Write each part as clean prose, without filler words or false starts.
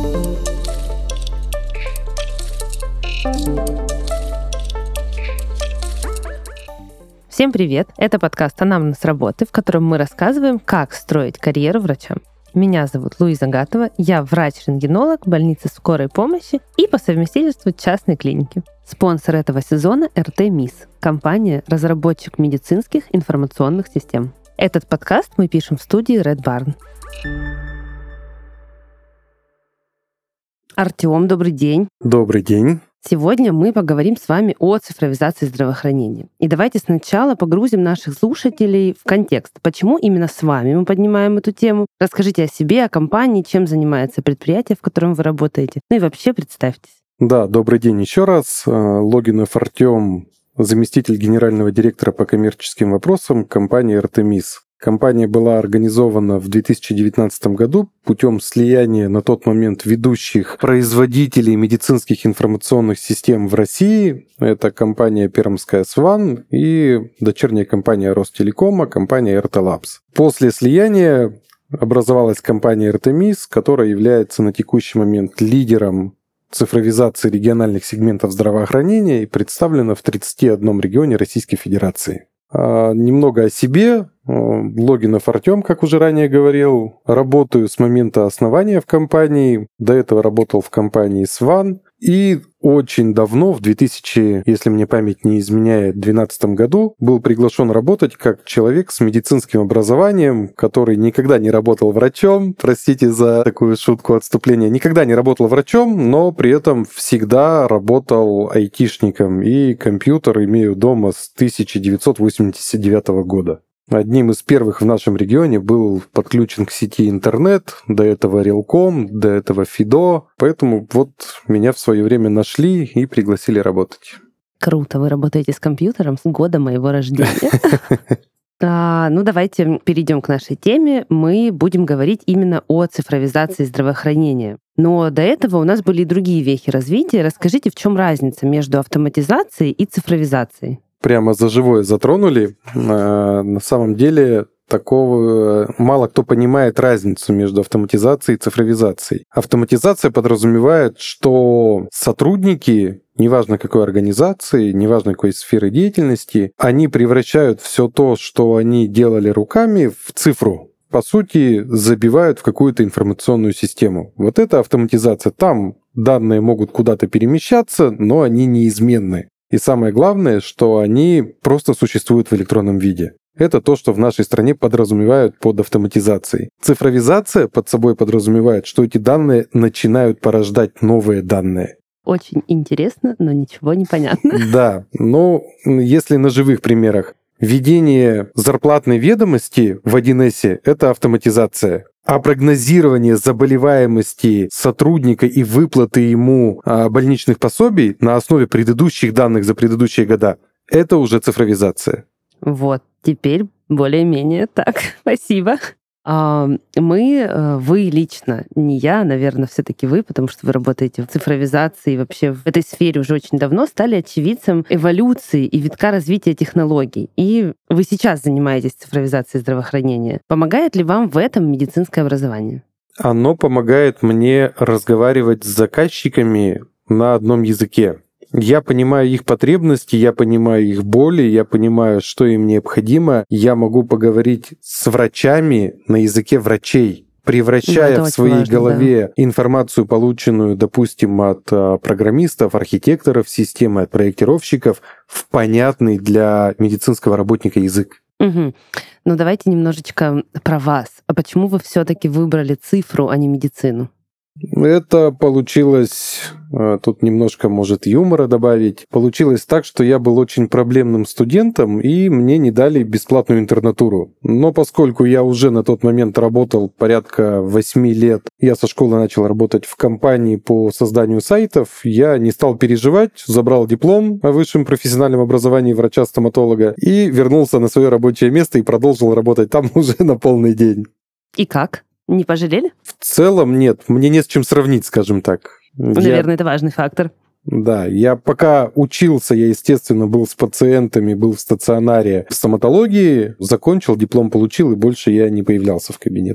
Всем привет! Это подкаст «Анамнез работы», в котором мы рассказываем, как строить карьеру врачам. Меня зовут Луиза Гатова, я врач-рентгенолог больницы скорой помощи и по совместительству частной клиники. Спонсор этого сезона — РТ-МИС, компания-разработчик медицинских информационных систем. Этот подкаст мы пишем в студии Red Barn. Артём, добрый день. Добрый день. Сегодня мы поговорим с вами о цифровизации здравоохранения. И давайте сначала погрузим наших слушателей в контекст. Почему именно с вами мы поднимаем эту тему? Расскажите о себе, о компании, чем занимается предприятие, в котором вы работаете. Ну и вообще представьтесь. Да, добрый день еще раз. Логинов Артём, заместитель генерального директора по коммерческим вопросам компании РТ-МИС. Компания была организована в 2019 году путем слияния на тот момент ведущих производителей медицинских информационных систем в России. Это компания Пермская СВАН и дочерняя компания Ростелекома, компания RT Labs. После слияния образовалась компания РТ-МИС, которая является на текущий момент лидером цифровизации региональных сегментов здравоохранения и представлена в 31 регионе Российской Федерации. Немного о себе. Логинов Артём, как уже ранее говорил, работаю с момента основания в компании. До этого работал в компании СВАН. И очень давно, в 2000, если мне память не изменяет, 2012 году, был приглашен работать как человек с медицинским образованием, который никогда не работал врачом, простите за такую шутку отступления, никогда не работал врачом, но при этом всегда работал айтишником, и компьютер имею дома с 1989 года. Одним из первых в нашем регионе был подключен к сети интернет, до этого Релком, до этого Фидо. Поэтому вот меня в свое время нашли и пригласили работать. Круто, вы работаете с компьютером с года моего рождения. Ну, давайте перейдем к нашей теме. Мы будем говорить именно о цифровизации здравоохранения. Но до этого у нас были и другие вехи развития. Расскажите, в чем разница между автоматизацией и цифровизацией? Прямо за живое затронули. На самом деле такого мало кто понимает разницу между автоматизацией и цифровизацией. Автоматизация подразумевает, что сотрудники, неважно какой организации, неважно какой сферы деятельности, они превращают все то, что они делали руками, в цифру. По сути, забивают в какую-то информационную систему. Вот это автоматизация. Там данные могут куда-то перемещаться, но они неизменны. И самое главное, что они просто существуют в электронном виде. Это то, что в нашей стране подразумевают под автоматизацией. Цифровизация под собой подразумевает, что эти данные начинают порождать новые данные. Очень интересно, но ничего не понятно. Да, но если на живых примерах. Введение зарплатной ведомости в 1С — это автоматизация. А прогнозирование заболеваемости сотрудника и выплаты ему больничных пособий на основе предыдущих данных за предыдущие года — это уже цифровизация. Вот, теперь более-менее так. Спасибо. Вы лично, не я, наверное, все-таки вы, потому что вы работаете в цифровизации и вообще в этой сфере уже очень давно, стали очевидцем эволюции и витка развития технологий. И вы сейчас занимаетесь цифровизацией здравоохранения. Помогает ли вам в этом медицинское образование? Оно помогает мне разговаривать с заказчиками на одном языке. Я понимаю их потребности, я понимаю их боли, я понимаю, что им необходимо. Я могу поговорить с врачами на языке врачей, превращая в своей голове информацию, полученную, допустим, от программистов, архитекторов системы, от проектировщиков, в понятный для медицинского работника язык. Угу. Ну давайте немножечко про вас. А почему вы все-таки выбрали цифру, а не медицину? Это получилось, тут немножко, может, юмора добавить. Получилось так, что я был очень проблемным студентом, и мне не дали бесплатную интернатуру. Но поскольку я уже на тот момент работал порядка 8 лет, я со школы начал работать в компании по созданию сайтов, я не стал переживать, забрал диплом о высшем профессиональном образовании врача-стоматолога и вернулся на свое рабочее место и продолжил работать там уже на полный день. И как? Не пожалели? В целом нет, мне не с чем сравнить, скажем так. Наверное, это важный фактор. Да, я пока учился, я, естественно, был с пациентами, был в стационаре стоматологии, закончил, диплом получил, и больше я не появлялся в кабинетах.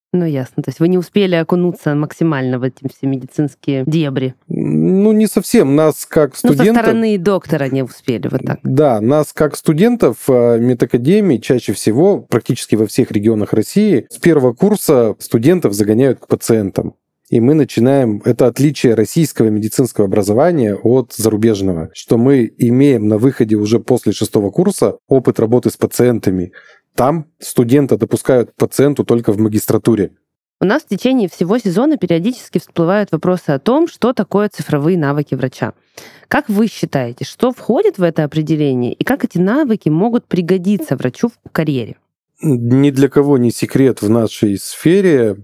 Ну, ясно. То есть вы не успели окунуться максимально в эти все медицинские дебри. Ну, не совсем. Нас как студентов... Ну, со стороны доктора не успели, вот так. Да, нас как студентов медакадемии чаще всего, практически во всех регионах России, с первого курса студентов загоняют к пациентам. И мы начинаем... Это отличие российского медицинского образования от зарубежного, что мы имеем на выходе уже после 6-го курса опыт работы с пациентами. Там студента допускают к пациенту только в магистратуре. У нас в течение всего сезона периодически всплывают вопросы о том, что такое цифровые навыки врача. Как вы считаете, что входит в это определение и как эти навыки могут пригодиться врачу в карьере? Ни для кого не секрет в нашей сфере,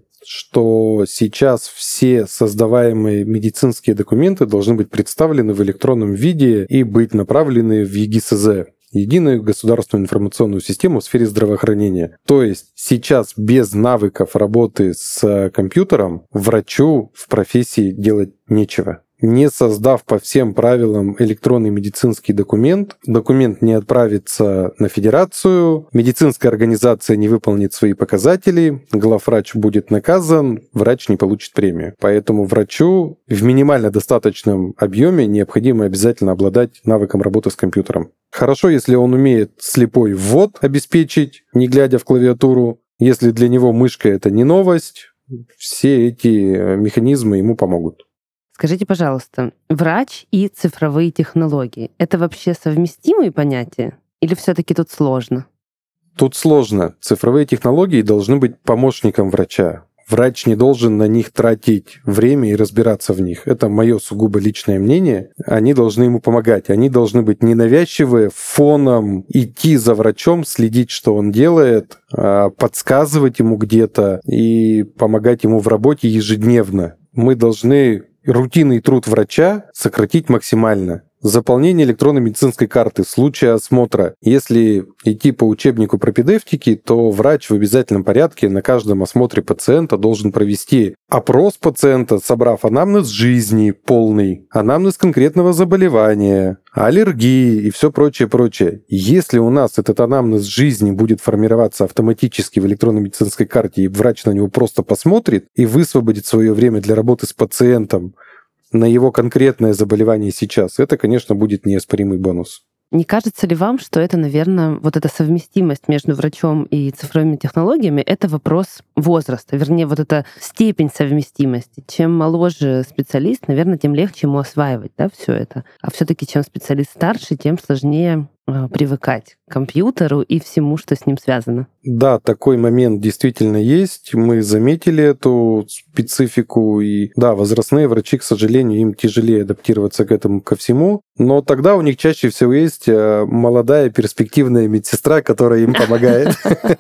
что сейчас все создаваемые медицинские документы должны быть представлены в электронном виде и быть направлены в ЕГИСЗ. Единую государственную информационную систему в сфере здравоохранения. То есть сейчас без навыков работы с компьютером врачу в профессии делать нечего. Не создав по всем правилам электронный медицинский документ не отправится на федерацию, медицинская организация не выполнит свои показатели, главврач будет наказан, врач не получит премию. Поэтому врачу в минимально достаточном объеме необходимо обязательно обладать навыком работы с компьютером. Хорошо, если он умеет слепой ввод обеспечить, не глядя в клавиатуру. Если для него мышка — это не новость, все эти механизмы ему помогут. Скажите, пожалуйста, врач и цифровые технологии — это вообще совместимые понятия? Или все-таки тут сложно? Тут сложно. Цифровые технологии должны быть помощником врача. Врач не должен на них тратить время и разбираться в них. Это мое сугубо личное мнение. Они должны ему помогать. Они должны быть ненавязчивые, фоном идти за врачом, следить, что он делает, подсказывать ему где-то и помогать ему в работе ежедневно. Мы должны рутинный труд врача сократить максимально. Заполнение электронной медицинской карты в случае осмотра. Если идти по учебнику пропедевтики, то врач в обязательном порядке на каждом осмотре пациента должен провести опрос пациента, собрав анамнез жизни полный, анамнез конкретного заболевания, аллергии и все прочее. Если у нас этот анамнез жизни будет формироваться автоматически в электронной медицинской карте, и врач на него просто посмотрит и высвободит свое время для работы с пациентом на его конкретное заболевание сейчас, это, конечно, будет неоспоримый бонус. Не кажется ли вам, что это, наверное, вот эта совместимость между врачом и цифровыми технологиями — это вопрос возраста, вернее, вот эта степень совместимости. Чем моложе специалист, наверное, тем легче ему осваивать, да, все это. А все-таки чем специалист старше, тем сложнее привыкать к компьютеру и всему, что с ним связано. Да, такой момент действительно есть. Мы заметили эту специфику. И да, возрастные врачи, к сожалению, им тяжелее адаптироваться к этому ко всему. Но тогда у них чаще всего есть молодая перспективная медсестра, которая им помогает.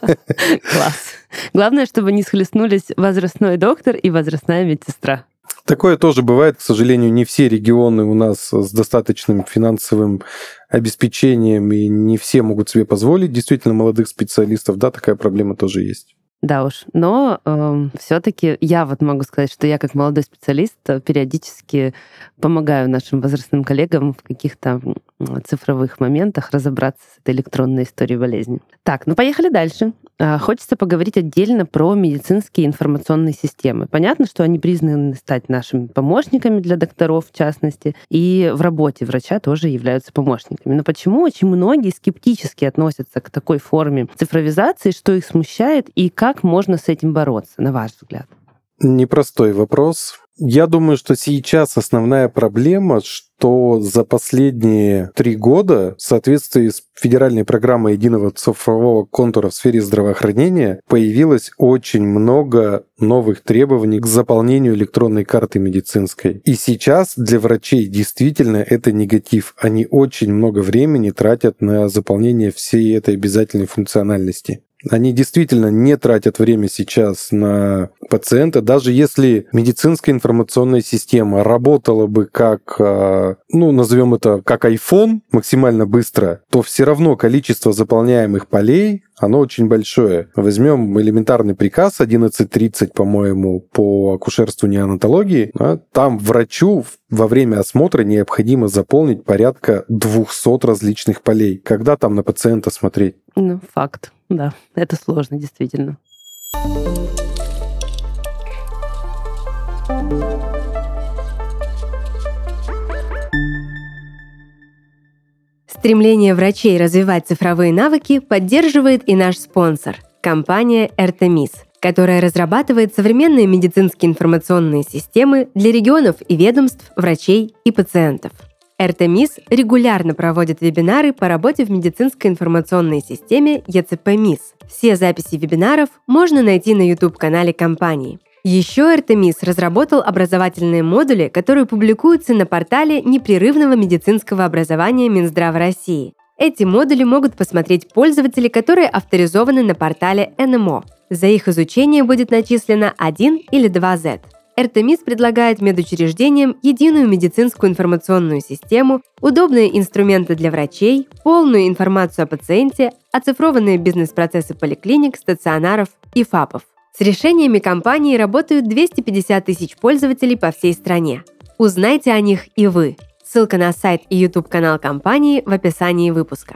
Класс. Главное, чтобы не схлестнулись возрастной доктор и возрастная медсестра. Такое тоже бывает, к сожалению, не все регионы у нас с достаточным финансовым обеспечением, и не все могут себе позволить действительно молодых специалистов. Да, такая проблема тоже есть. Да уж, но все-таки я вот могу сказать, что я как молодой специалист периодически помогаю нашим возрастным коллегам в каких-то цифровых моментах разобраться с этой электронной историей болезни. Так, ну поехали дальше. Хочется поговорить отдельно про медицинские информационные системы. Понятно, что они признаны стать нашими помощниками для докторов, в частности, и в работе врача тоже являются помощниками. Но почему очень многие скептически относятся к такой форме цифровизации, что их смущает, и как можно с этим бороться, на ваш взгляд? Непростой вопрос. Я думаю, что сейчас основная проблема, что за последние 3 года в соответствии с федеральной программой единого цифрового контура в сфере здравоохранения появилось очень много новых требований к заполнению электронной карты медицинской. И сейчас для врачей действительно это негатив. Они очень много времени тратят на заполнение всей этой обязательной функциональности. Они действительно не тратят время сейчас на пациента. Даже если медицинская информационная система работала бы как, назовем это, как iPhone, максимально быстро, то все равно количество заполняемых полей, оно очень большое. Возьмем элементарный приказ 1130, по-моему, по акушерству неонатологии. Там врачу во время осмотра необходимо заполнить порядка 200 различных полей. Когда там на пациента смотреть? Факт. Да, это сложно, действительно. Стремление врачей развивать цифровые навыки поддерживает и наш спонсор – компания RTMIS, которая разрабатывает современные медицинские информационные системы для регионов и ведомств, врачей и пациентов. RTMIS регулярно проводит вебинары по работе в медицинской информационной системе ЕЦП-МИС. Все записи вебинаров можно найти на YouTube-канале компании. Еще RTMIS разработал образовательные модули, которые публикуются на портале непрерывного медицинского образования Минздрава России. Эти модули могут посмотреть пользователи, которые авторизованы на портале НМО. За их изучение будет начислено 1 или 2 Z. RTMIS предлагает медучреждениям единую медицинскую информационную систему, удобные инструменты для врачей, полную информацию о пациенте, оцифрованные бизнес-процессы поликлиник, стационаров и ФАПов. С решениями компании работают 250 тысяч пользователей по всей стране. Узнайте о них и вы. Ссылка на сайт и YouTube-канал компании в описании выпуска.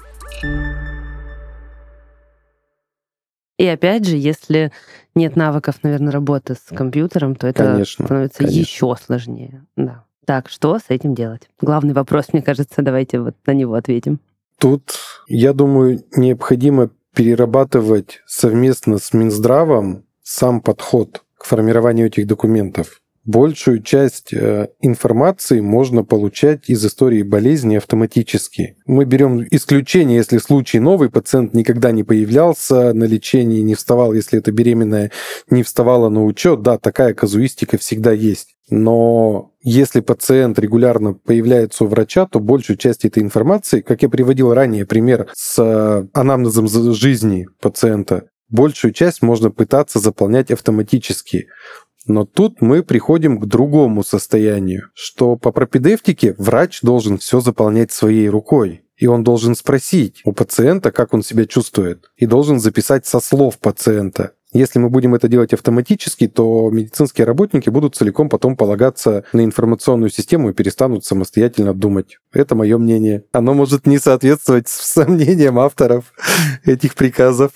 И опять же, если нет навыков, наверное, работы с компьютером, то это становится еще сложнее. Да. Так, что с этим делать? Главный вопрос, мне кажется, давайте вот на него ответим. Тут, я думаю, необходимо перерабатывать совместно с Минздравом сам подход к формированию этих документов. Большую часть информации можно получать из истории болезни автоматически. Мы берем исключение, если случай новый, пациент никогда не появлялся на лечении, не вставал, если это беременная, не вставала на учет. Да, такая казуистика всегда есть. Но если пациент регулярно появляется у врача, то большую часть этой информации, как я приводил ранее пример с анамнезом жизни пациента, большую часть можно пытаться заполнять автоматически. Но тут мы приходим к другому состоянию, что по пропедевтике врач должен все заполнять своей рукой. И он должен спросить у пациента, как он себя чувствует, и должен записать со слов пациента. Если мы будем это делать автоматически, то медицинские работники будут целиком потом полагаться на информационную систему и перестанут самостоятельно думать. Это мое мнение. Оно может не соответствовать сомнениям авторов этих приказов.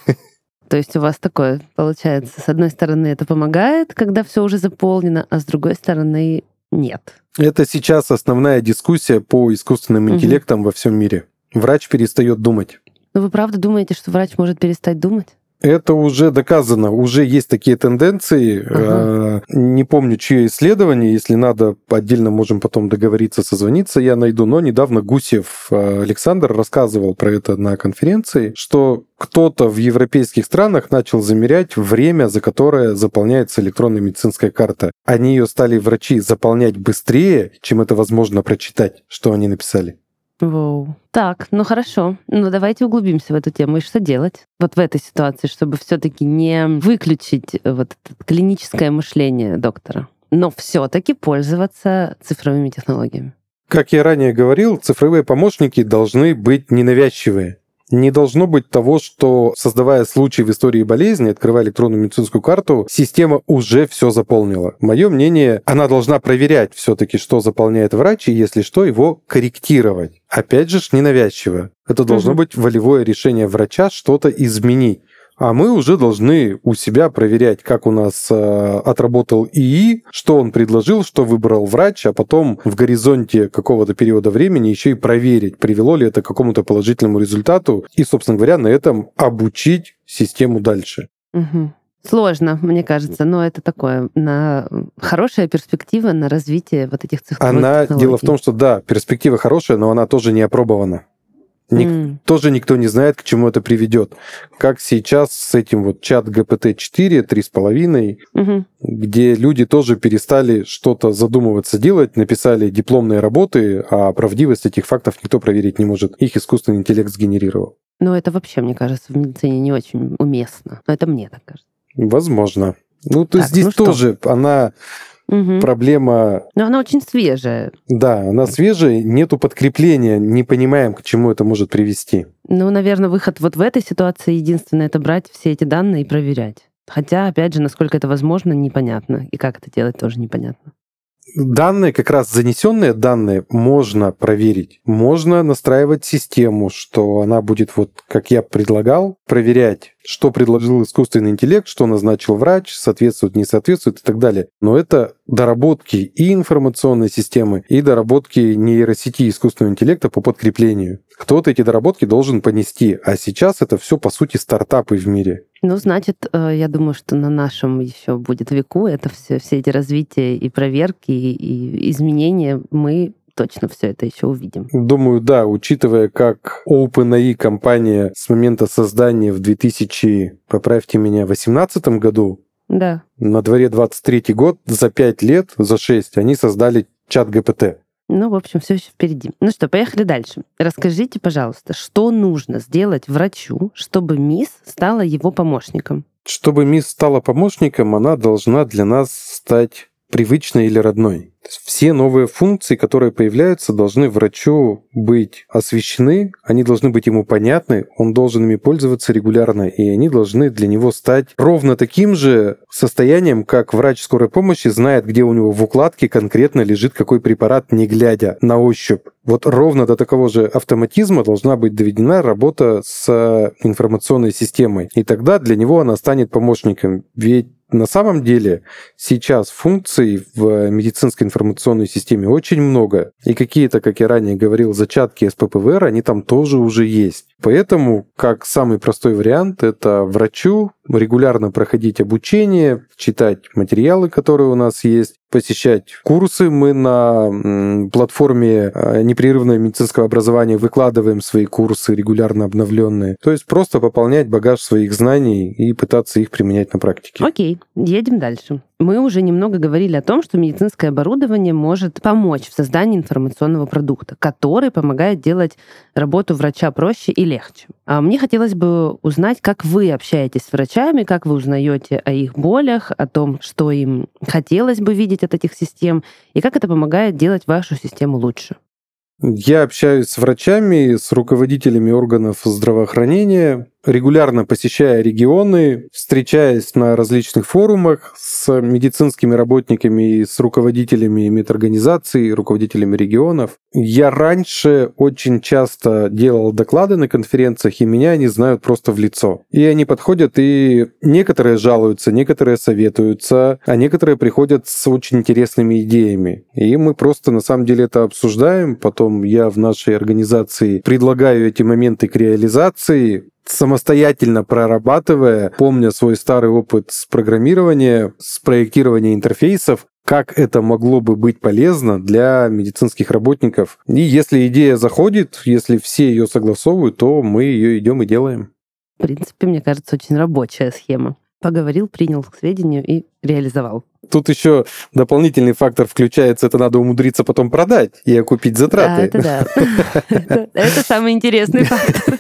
То есть у вас такое получается, с одной стороны, это помогает, когда все уже заполнено, а с другой стороны, нет. Это сейчас основная дискуссия по искусственным интеллектам во всем мире. Врач перестает думать. Но вы правда думаете, что врач может перестать думать? Это уже доказано, уже есть такие тенденции. Не помню, чье исследование, если надо, отдельно можем потом договориться, созвониться, я найду. Но недавно Гусев Александр рассказывал про это на конференции, что кто-то в европейских странах начал замерять время, за которое заполняется электронная медицинская карта. Они ее стали врачи заполнять быстрее, чем это возможно прочитать, что они написали. Воу. Так, ну хорошо. Ну давайте углубимся в эту тему. И что делать вот в этой ситуации, чтобы все-таки не выключить вот это клиническое мышление доктора, но все-таки пользоваться цифровыми технологиями? Как я ранее говорил, цифровые помощники должны быть ненавязчивые. Не должно быть того, что, создавая случай в истории болезни, открывая электронную медицинскую карту, система уже все заполнила. Мое мнение, она должна проверять все-таки, что заполняет врач, и если что, его корректировать. Опять же, ненавязчиво. Это должно быть волевое решение врача что-то изменить. А мы уже должны у себя проверять, как у нас отработал ИИ, что он предложил, что выбрал врач, а потом в горизонте какого-то периода времени еще и проверить, привело ли это к какому-то положительному результату, и, собственно говоря, на этом обучить систему дальше. Сложно, мне кажется, но это такое, хорошая перспектива на развитие вот этих цифровых технологий. Дело в том, что да, перспектива хорошая, но она тоже не опробована. Тоже никто не знает, к чему это приведет. Как сейчас с этим вот чат GPT-4, 3,5, где люди тоже перестали что-то задумываться делать, написали дипломные работы, а правдивость этих фактов никто проверить не может. Их искусственный интеллект сгенерировал. Ну, это вообще, мне кажется, в медицине не очень уместно. Но это мне так кажется. Возможно. Ну, то есть здесь тоже она... Проблема... Но она очень свежая. Да, она свежая, нету подкрепления, не понимаем, к чему это может привести. Ну, наверное, выход вот в этой ситуации единственное — это брать все эти данные и проверять. Хотя, опять же, насколько это возможно, непонятно. И как это делать, тоже непонятно. Данные, как раз занесенные данные, можно проверить. Можно настраивать систему, что она будет, вот как я предлагал, проверять, что предложил искусственный интеллект, что назначил врач, соответствует, не соответствует и так далее. Но это доработки и информационной системы, и доработки нейросети искусственного интеллекта по подкреплению. Кто-то эти доработки должен понести, а сейчас это все по сути стартапы в мире. Ну, значит, я думаю, что на нашем еще будет веку это все эти развития и проверки, и изменения, мы точно все это еще увидим. Думаю, да, учитывая, как OpenAI компания с момента создания в 2018 году, да. На дворе 23 год, за 5 лет, за 6, они создали чат ГПТ. Ну, в общем, все еще впереди. Ну что, поехали дальше. Расскажите, пожалуйста, что нужно сделать врачу, чтобы МИС стала его помощником? Чтобы МИС стала помощником, она должна для нас стать привычной или родной. То есть все новые функции, которые появляются, должны врачу быть освещены, они должны быть ему понятны, он должен ими пользоваться регулярно, и они должны для него стать ровно таким же состоянием, как врач скорой помощи знает, где у него в укладке конкретно лежит какой препарат, не глядя на ощупь. Вот ровно до такого же автоматизма должна быть доведена работа с информационной системой. И тогда для него она станет помощником. Ведь на самом деле сейчас функций в медицинской информационной системе очень много. И какие-то, как я ранее говорил, зачатки СППВР, они там тоже уже есть. Поэтому, как самый простой вариант, это врачу регулярно проходить обучение, читать материалы, которые у нас есть, посещать курсы. Мы на платформе непрерывного медицинского образования выкладываем свои курсы, регулярно обновленные. То есть просто пополнять багаж своих знаний и пытаться их применять на практике. Окей, едем дальше. Мы уже немного говорили о том, что медицинское оборудование может помочь в создании информационного продукта, который помогает делать работу врача проще и легче. А мне хотелось бы узнать, как вы общаетесь с врачами, как вы узнаете о их болях, о том, что им хотелось бы видеть от этих систем, и как это помогает делать вашу систему лучше. Я общаюсь с врачами, с руководителями органов здравоохранения, регулярно посещая регионы, встречаясь на различных форумах с медицинскими работниками и с руководителями медорганизаций, руководителями регионов. Я раньше очень часто делал доклады на конференциях, и меня они знают просто в лицо. И они подходят, и некоторые жалуются, некоторые советуются, а некоторые приходят с очень интересными идеями. И мы просто на самом деле это обсуждаем. Потом я в нашей организации предлагаю эти моменты к реализации, самостоятельно прорабатывая, помня свой старый опыт с программирования, с проектирования интерфейсов, как это могло бы быть полезно для медицинских работников. И если идея заходит, если все ее согласовывают, то мы ее идем и делаем. В принципе, мне кажется, очень рабочая схема. Поговорил, принял к сведению и реализовал. Тут еще дополнительный фактор включается, это надо умудриться потом продать и окупить затраты. Да. Это самый интересный фактор.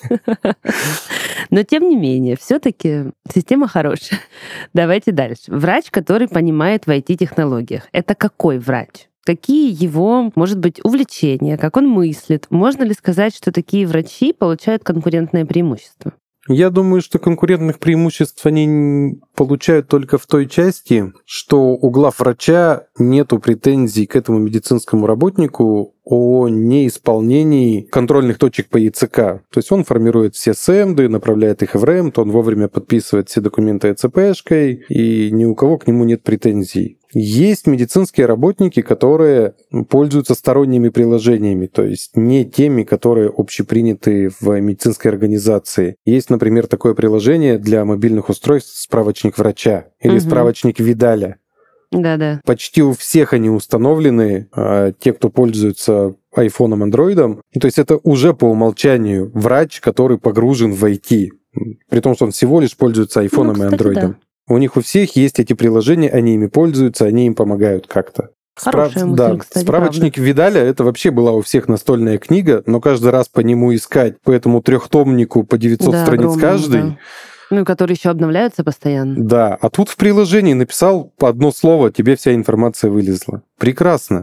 Но тем не менее, все-таки система хорошая. Давайте дальше. Врач, который понимает в IT-технологиях. Это какой врач? Какие его, может быть, увлечения, как он мыслит? Можно ли сказать, что такие врачи получают конкурентное преимущество? Я думаю, что конкурентных преимуществ они получают только в той части, что у главврача нету претензий к этому медицинскому работнику о неисполнении контрольных точек по ЕЦК. То есть он формирует все СЭМДы, направляет их в РЭМТ, он вовремя подписывает все документы ЭЦПшкой, и ни у кого к нему нет претензий. Есть медицинские работники, которые пользуются сторонними приложениями, то есть не теми, которые общеприняты в медицинской организации. Есть, например, такое приложение для мобильных устройств «Справочник врача» или «Справочник Видаля». Да-да. Почти у всех они установлены, те, кто пользуется айфоном, андроидом. То есть это уже по умолчанию врач, который погружен в IT, при том, что он всего лишь пользуется айфоном и андроидом. Да. У них у всех есть эти приложения, они ими пользуются, они им помогают как-то. Хорошая мысль, кстати, справочник правда. Видаля, это вообще была у всех настольная книга, но каждый раз по нему искать, по этому трехтомнику по 900 страниц каждый. Да. Ну, которые еще обновляются постоянно. Да, а тут в приложении написал одно слово, тебе вся информация вылезла. Прекрасно.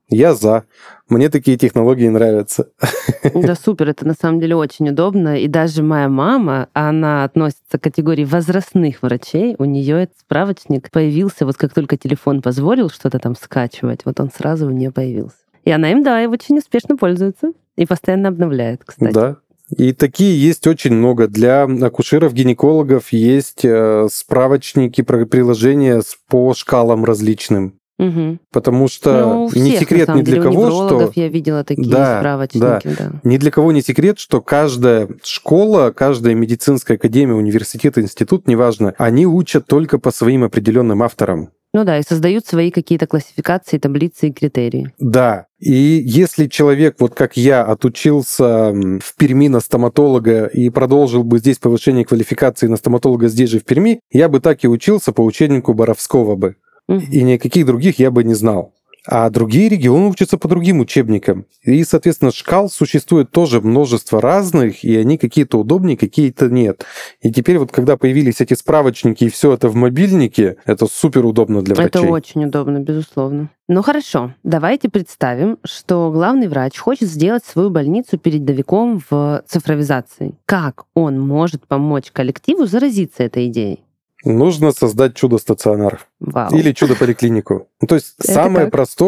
Я за. Мне такие технологии нравятся. Да, супер, это на самом деле очень удобно. И даже моя мама, она относится к категории возрастных врачей. У нее этот справочник появился, вот как только телефон позволил что-то там скачивать, вот он сразу у нее появился. И она им, да, и очень успешно пользуется. И постоянно обновляет, кстати. Да. И такие есть очень много. Для акушеров-гинекологов есть справочники, приложения по шкалам различным. Угу. Потому что всех, не секрет ни для кого, что... я видела такие справочники. Да. Ни для кого не секрет, что каждая школа, каждая медицинская академия, университет, институт, неважно, они учат только по своим определенным авторам. Ну да, и создают свои какие-то классификации, таблицы и критерии. Да. И если человек, вот как я, отучился в Перми на стоматолога и продолжил бы здесь повышение квалификации на стоматолога здесь же в Перми, я бы так и учился по учебнику Боровского бы. И никаких других я бы не знал. А другие регионы учатся по другим учебникам. И, соответственно, шкал существует тоже множество разных, и они какие-то удобнее, какие-то нет. И теперь вот когда появились эти справочники и все это в мобильнике, это супер удобно для врачей. Это очень удобно, безусловно. Ну хорошо, давайте представим, что главный врач хочет сделать свою больницу передовиком в цифровизации. Как он может помочь коллективу заразиться этой идеей? Нужно создать чудо-стационар. Вау. Или чудо-поликлинику. То есть это самое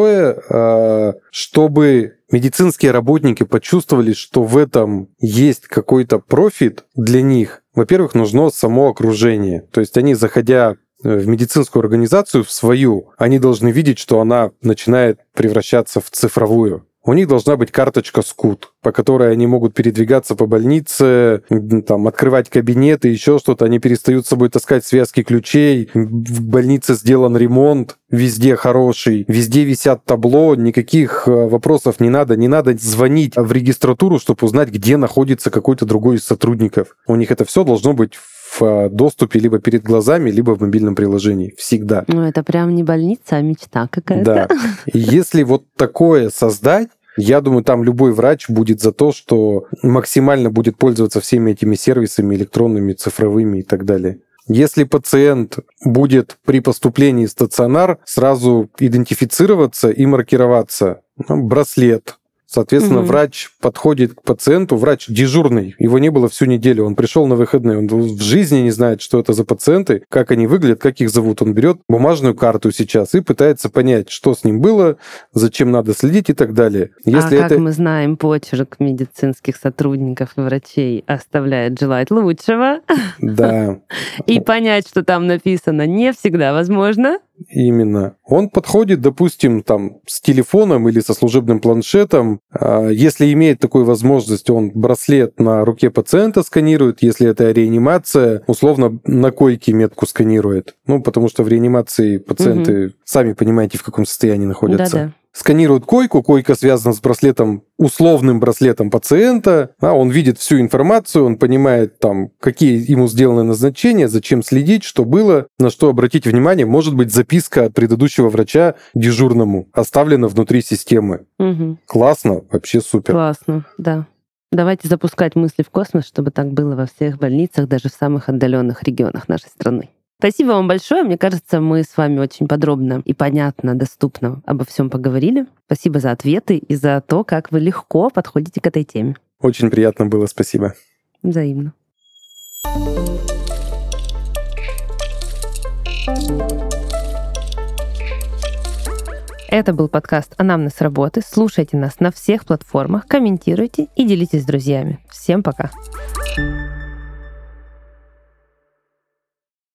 простое, чтобы медицинские работники почувствовали, что в этом есть какой-то профит для них. Во-первых, нужно само окружение. То есть они, заходя в медицинскую организацию, в свою, они должны видеть, что она начинает превращаться в цифровую. У них должна быть карточка СКУТ, по которой они могут передвигаться по больнице, там, открывать кабинеты, еще что-то. Они перестают с собой таскать связки ключей. В больнице сделан ремонт, везде хороший, везде висят табло, никаких вопросов не надо. Не надо звонить в регистратуру, чтобы узнать, где находится какой-то другой из сотрудников. У них это все должно быть в доступе либо перед глазами, либо в мобильном приложении. Всегда. Ну, это прям не больница, а мечта какая-то. Да. И если вот такое создать, я думаю, там любой врач будет за то, что максимально будет пользоваться всеми этими сервисами электронными, цифровыми и так далее. Если пациент будет при поступлении в стационар сразу идентифицироваться и маркироваться, браслет. Соответственно, врач подходит к пациенту, врач дежурный, его не было всю неделю, он пришел на выходные, он в жизни не знает, что это за пациенты, как они выглядят, как их зовут. Он берет бумажную карту сейчас и пытается понять, что с ним было, зачем надо следить и так далее. Если как мы знаем, почерк медицинских сотрудников и врачей оставляет желать лучшего. Да. И понять, что там написано, не всегда возможно. Именно. Он подходит, допустим, там, с телефоном или со служебным планшетом. Если имеет такую возможность, он браслет на руке пациента сканирует. Если это реанимация, условно на койке метку сканирует. Ну, потому что в реанимации пациенты, сами понимаете, в каком состоянии находятся. Да-да. Сканирует койку, койка связана с браслетом, условным браслетом пациента, он видит всю информацию, он понимает, там, какие ему сделаны назначения, зачем следить, что было, на что обратить внимание. Может быть, записка от предыдущего врача дежурному оставлена внутри системы. Классно, вообще супер. Классно, да. Давайте запускать мысли в космос, чтобы так было во всех больницах, даже в самых отдаленных регионах нашей страны. Спасибо вам большое. Мне кажется, мы с вами очень подробно и понятно, доступно обо всем поговорили. Спасибо за ответы и за то, как вы легко подходите к этой теме. Очень приятно было, спасибо. Взаимно. Это был подкаст «Анамнез работы». Слушайте нас на всех платформах, комментируйте и делитесь с друзьями. Всем пока!